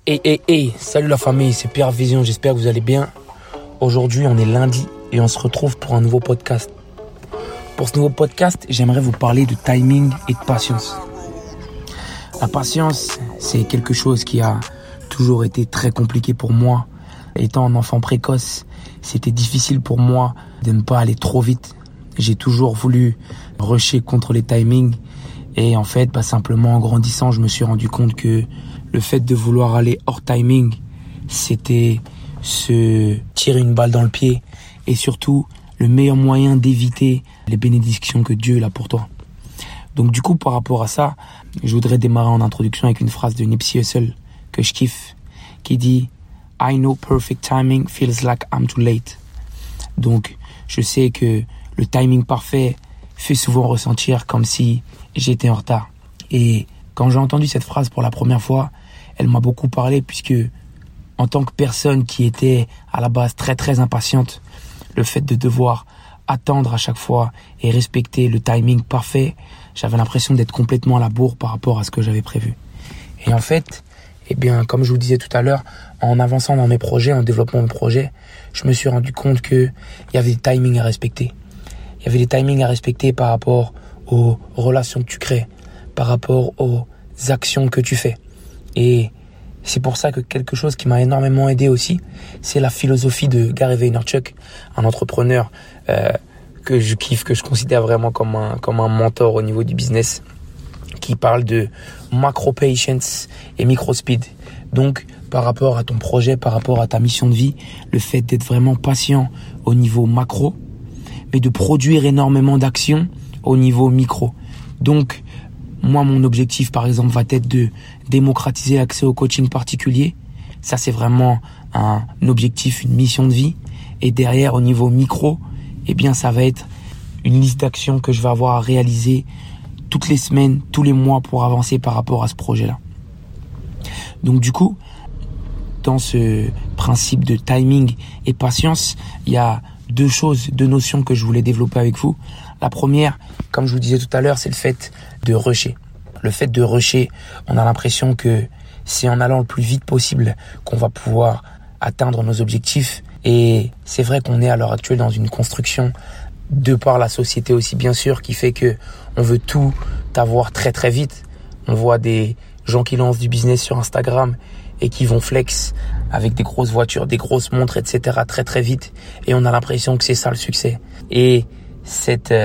Hey, salut la famille, c'est Pierre Vision, j'espère que vous allez bien. Aujourd'hui, on est lundi et on se retrouve pour un nouveau podcast. Pour ce nouveau podcast, j'aimerais vous parler de timing et de patience. La patience, c'est quelque chose qui a toujours été très compliqué pour moi. Étant un enfant précoce, c'était difficile pour moi de ne pas aller trop vite. J'ai toujours voulu rusher contre les timings. Et en fait, simplement en grandissant, je me suis rendu compte que le fait de vouloir aller hors timing, c'était se tirer une balle dans le pied. Et surtout, le meilleur moyen d'éviter les bénédictions que Dieu a pour toi. Donc du coup, par rapport à ça, je voudrais démarrer en introduction avec une phrase de Nipsey Hussle que je kiffe, qui dit « I know perfect timing feels like I'm too late ». Donc, je sais que le timing parfait fait souvent ressentir comme si j'étais en retard. Et quand j'ai entendu cette phrase pour la première fois, elle m'a beaucoup parlé puisque, en tant que personne qui était à la base très très impatiente, le fait de devoir attendre à chaque fois et respecter le timing parfait, j'avais l'impression d'être complètement à la bourre par rapport à ce que j'avais prévu. Et en fait, comme je vous disais tout à l'heure, en avançant dans mes projets, en développant mes projets, je me suis rendu compte qu'il y avait des timings à respecter. Il y avait des timings à respecter par rapport aux relations que tu crées, par rapport aux actions que tu fais. Et c'est pour ça que quelque chose qui m'a énormément aidé aussi, c'est la philosophie de Gary Vaynerchuk, un entrepreneur que je kiffe, que je considère vraiment comme un mentor au niveau du business, qui parle de macro-patience et micro-speed. Donc, par rapport à ton projet, par rapport à ta mission de vie, le fait d'être vraiment patient au niveau macro, mais de produire énormément d'actions au niveau micro. Donc, moi, mon objectif, par exemple, va être de démocratiser l'accès au coaching particulier. Ça, c'est vraiment un objectif, une mission de vie. Et derrière, au niveau micro, ça va être une liste d'actions que je vais avoir à réaliser toutes les semaines, tous les mois pour avancer par rapport à ce projet-là. Donc, du coup, dans ce principe de timing et patience, il y a deux notions que je voulais développer avec vous. La première, comme je vous disais tout à l'heure, c'est le fait de rusher. Le fait de rusher, on a l'impression que c'est en allant le plus vite possible qu'on va pouvoir atteindre nos objectifs. Et c'est vrai qu'on est à l'heure actuelle dans une construction, de par la société aussi bien sûr, qui fait que on veut tout avoir très très vite. On voit des gens qui lancent du business sur Instagram et qui vont flex avec des grosses voitures, des grosses montres, etc. très très vite. Et on a l'impression que c'est ça le succès. Et cette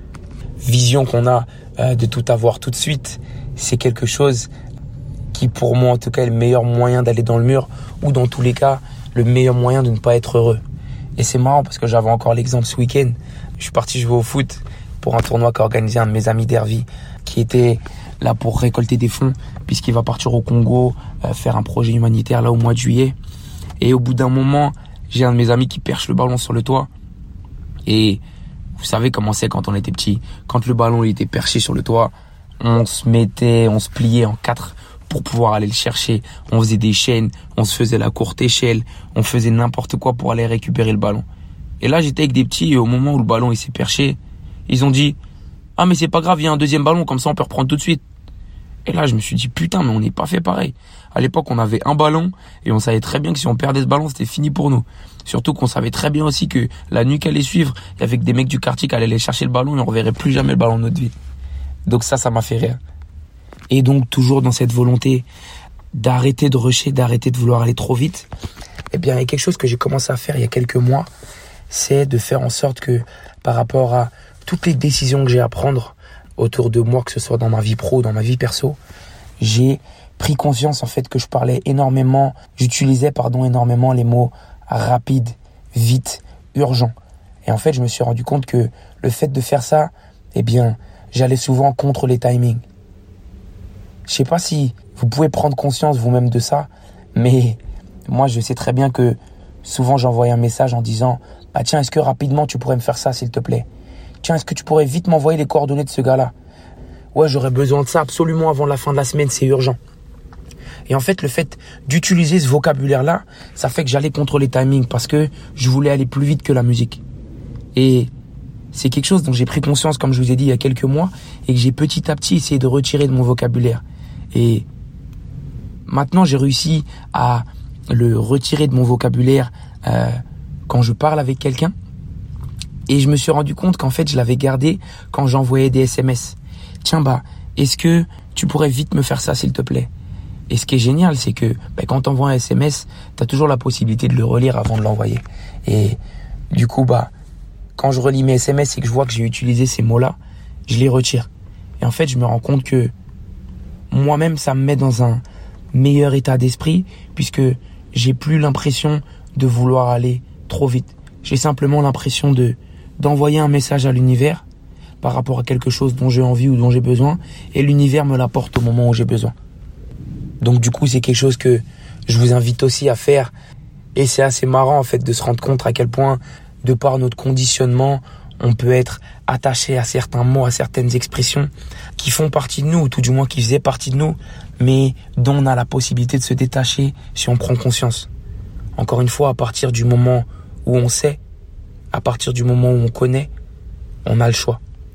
vision qu'on a de tout avoir tout de suite, c'est quelque chose qui pour moi en tout cas est le meilleur moyen d'aller dans le mur, ou dans tous les cas le meilleur moyen de ne pas être heureux. Et c'est marrant parce que j'avais encore l'exemple ce week-end. Je suis parti jouer au foot pour un tournoi qu'a organisé un de mes amis d'Hervy, qui était là pour récolter des fonds puisqu'il va partir au Congo faire un projet humanitaire là au mois de juillet. Et au bout d'un moment, j'ai un de mes amis qui perche le ballon sur le toit. Et vous savez comment c'est quand on était petit. Quand le ballon il était perché sur le toit, on se pliait en quatre pour pouvoir aller le chercher. On faisait des chaînes, on se faisait la courte échelle, on faisait n'importe quoi pour aller récupérer le ballon. Et là, j'étais avec des petits et au moment où le ballon il s'est perché, ils ont dit « Ah mais c'est pas grave, il y a un deuxième ballon, comme ça on peut reprendre tout de suite. » Et là, je me suis dit, putain, mais on n'est pas fait pareil. À l'époque, on avait un ballon et on savait très bien que si on perdait ce ballon, c'était fini pour nous. Surtout qu'on savait très bien aussi que la nuit qu'allait suivre, il y avait que des mecs du quartier qui allaient aller chercher le ballon et on reverrait plus jamais le ballon de notre vie. Donc ça m'a fait rire. Et donc, toujours dans cette volonté d'arrêter de rusher, d'arrêter de vouloir aller trop vite, il y a quelque chose que j'ai commencé à faire il y a quelques mois, c'est de faire en sorte que, par rapport à toutes les décisions que j'ai à prendre autour de moi, que ce soit dans ma vie pro ou dans ma vie perso, j'ai pris conscience en fait que j'utilisais énormément les mots rapide, vite, urgent. Et en fait, je me suis rendu compte que le fait de faire ça, j'allais souvent contre les timings. Je sais pas si vous pouvez prendre conscience vous-même de ça, mais moi, je sais très bien que souvent, j'envoie un message en disant « Ah tiens, est-ce que rapidement, tu pourrais me faire ça, s'il te plaît ? Tiens, est-ce que tu pourrais vite m'envoyer les coordonnées de ce gars-là ? Ouais, j'aurais besoin de ça absolument avant la fin de la semaine, c'est urgent. » Et en fait, le fait d'utiliser ce vocabulaire-là, ça fait que j'allais contre les timings parce que je voulais aller plus vite que la musique. Et c'est quelque chose dont j'ai pris conscience, comme je vous ai dit, il y a quelques mois et que j'ai petit à petit essayé de retirer de mon vocabulaire. Et maintenant, j'ai réussi à le retirer de mon vocabulaire quand je parle avec quelqu'un. Et je me suis rendu compte qu'en fait, je l'avais gardé quand j'envoyais des SMS. Tiens, est-ce que tu pourrais vite me faire ça, s'il te plaît? Et ce qui est génial, c'est que quand tu envoies un SMS, tu as toujours la possibilité de le relire avant de l'envoyer. Et du coup, quand je relis mes SMS et que je vois que j'ai utilisé ces mots-là, je les retire. Et en fait, je me rends compte que moi-même, ça me met dans un meilleur état d'esprit puisque j'ai plus l'impression de vouloir aller trop vite. J'ai simplement l'impression d'envoyer un message à l'univers par rapport à quelque chose dont j'ai envie ou dont j'ai besoin et l'univers me l'apporte au moment où j'ai besoin. Donc du coup, c'est quelque chose que je vous invite aussi à faire et c'est assez marrant en fait de se rendre compte à quel point, de par notre conditionnement, on peut être attaché à certains mots, à certaines expressions qui font partie de nous, ou tout du moins qui faisaient partie de nous, mais dont on a la possibilité de se détacher si on prend conscience. Encore une fois, à partir du moment où on sait, à partir du moment où on connaît, on a le choix.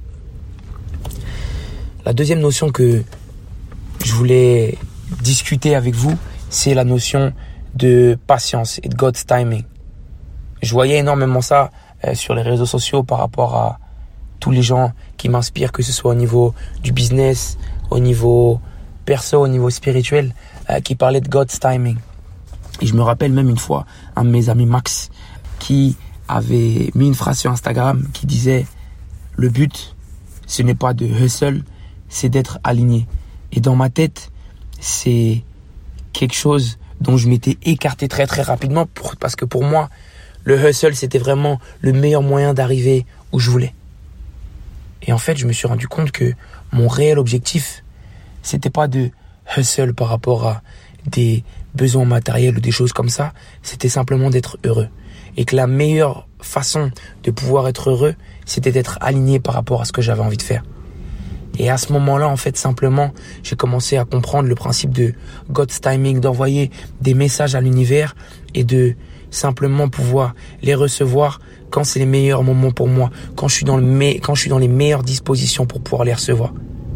La deuxième notion que je voulais discuter avec vous, c'est la notion de patience et de God's timing. Je voyais énormément ça sur les réseaux sociaux par rapport à tous les gens qui m'inspirent, que ce soit au niveau du business, au niveau perso, au niveau spirituel, qui parlaient de God's timing. Et je me rappelle même une fois, un de mes amis, Max, qui avait mis une phrase sur Instagram qui disait « Le but, ce n'est pas de hustle, c'est d'être aligné. » Et dans ma tête, c'est quelque chose dont je m'étais écarté très très rapidement parce que pour moi, le hustle, c'était vraiment le meilleur moyen d'arriver où je voulais. Et en fait, je me suis rendu compte que mon réel objectif, c'était pas de hustle par rapport à des besoins matériels ou des choses comme ça, c'était simplement d'être heureux. Et que la meilleure façon de pouvoir être heureux, c'était d'être aligné par rapport à ce que j'avais envie de faire. Et à ce moment-là, en fait, simplement, j'ai commencé à comprendre le principe de God's timing, d'envoyer des messages à l'univers et de simplement pouvoir les recevoir quand c'est les meilleurs moments pour moi, quand je suis dans les meilleures dispositions pour pouvoir les recevoir.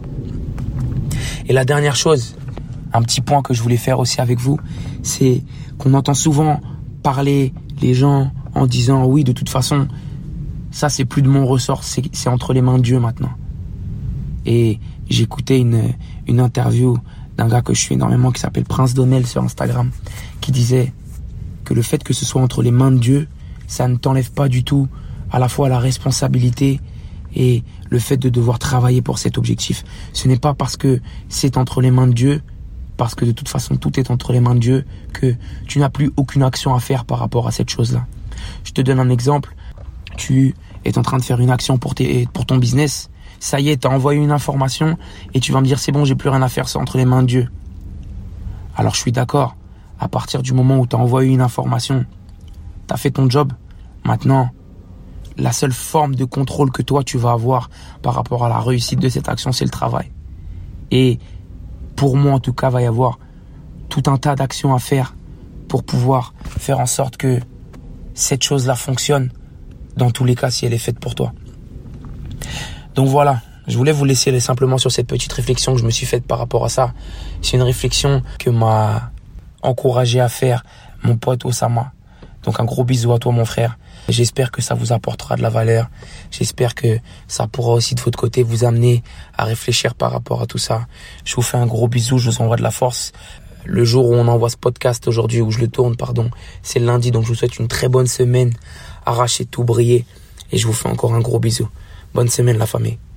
Et la dernière chose, un petit point que je voulais faire aussi avec vous, c'est qu'on entend souvent parler les gens en disant « Oui, de toute façon, ça c'est plus de mon ressort, c'est entre les mains de Dieu maintenant. » Et j'écoutais une interview d'un gars que je suis énormément qui s'appelle Prince Donnell sur Instagram, qui disait que le fait que ce soit entre les mains de Dieu, ça ne t'enlève pas du tout à la fois la responsabilité et le fait de devoir travailler pour cet objectif. Ce n'est pas parce que c'est entre les mains de Dieu, parce que de toute façon tout est entre les mains de Dieu, que tu n'as plus aucune action à faire par rapport à cette chose-là. Je te donne un exemple. Tu es en train de faire une action pour ton business. Ça y est, tu as envoyé une information et tu vas me dire c'est bon, j'ai plus rien à faire, c'est entre les mains de Dieu. Alors je suis d'accord. À partir du moment où tu as envoyé une information, tu as fait ton job. Maintenant, la seule forme de contrôle que toi tu vas avoir par rapport à la réussite de cette action, c'est le travail. Et pour moi en tout cas, il va y avoir tout un tas d'actions à faire pour pouvoir faire en sorte que cette chose-là fonctionne dans tous les cas si elle est faite pour toi. Donc voilà, je voulais vous laisser simplement sur cette petite réflexion que je me suis faite par rapport à ça. C'est une réflexion que m'a encouragé à faire mon pote Osama. Donc un gros bisou à toi mon frère. J'espère que ça vous apportera de la valeur. J'espère que ça pourra aussi de votre côté vous amener à réfléchir par rapport à tout ça. Je vous fais un gros bisou, je vous envoie de la force. Le jour où on envoie ce podcast aujourd'hui, où je le tourne, c'est le lundi. Donc je vous souhaite une très bonne semaine. Arrachez tout, brillez. Et je vous fais encore un gros bisou. Bonne semaine la famille.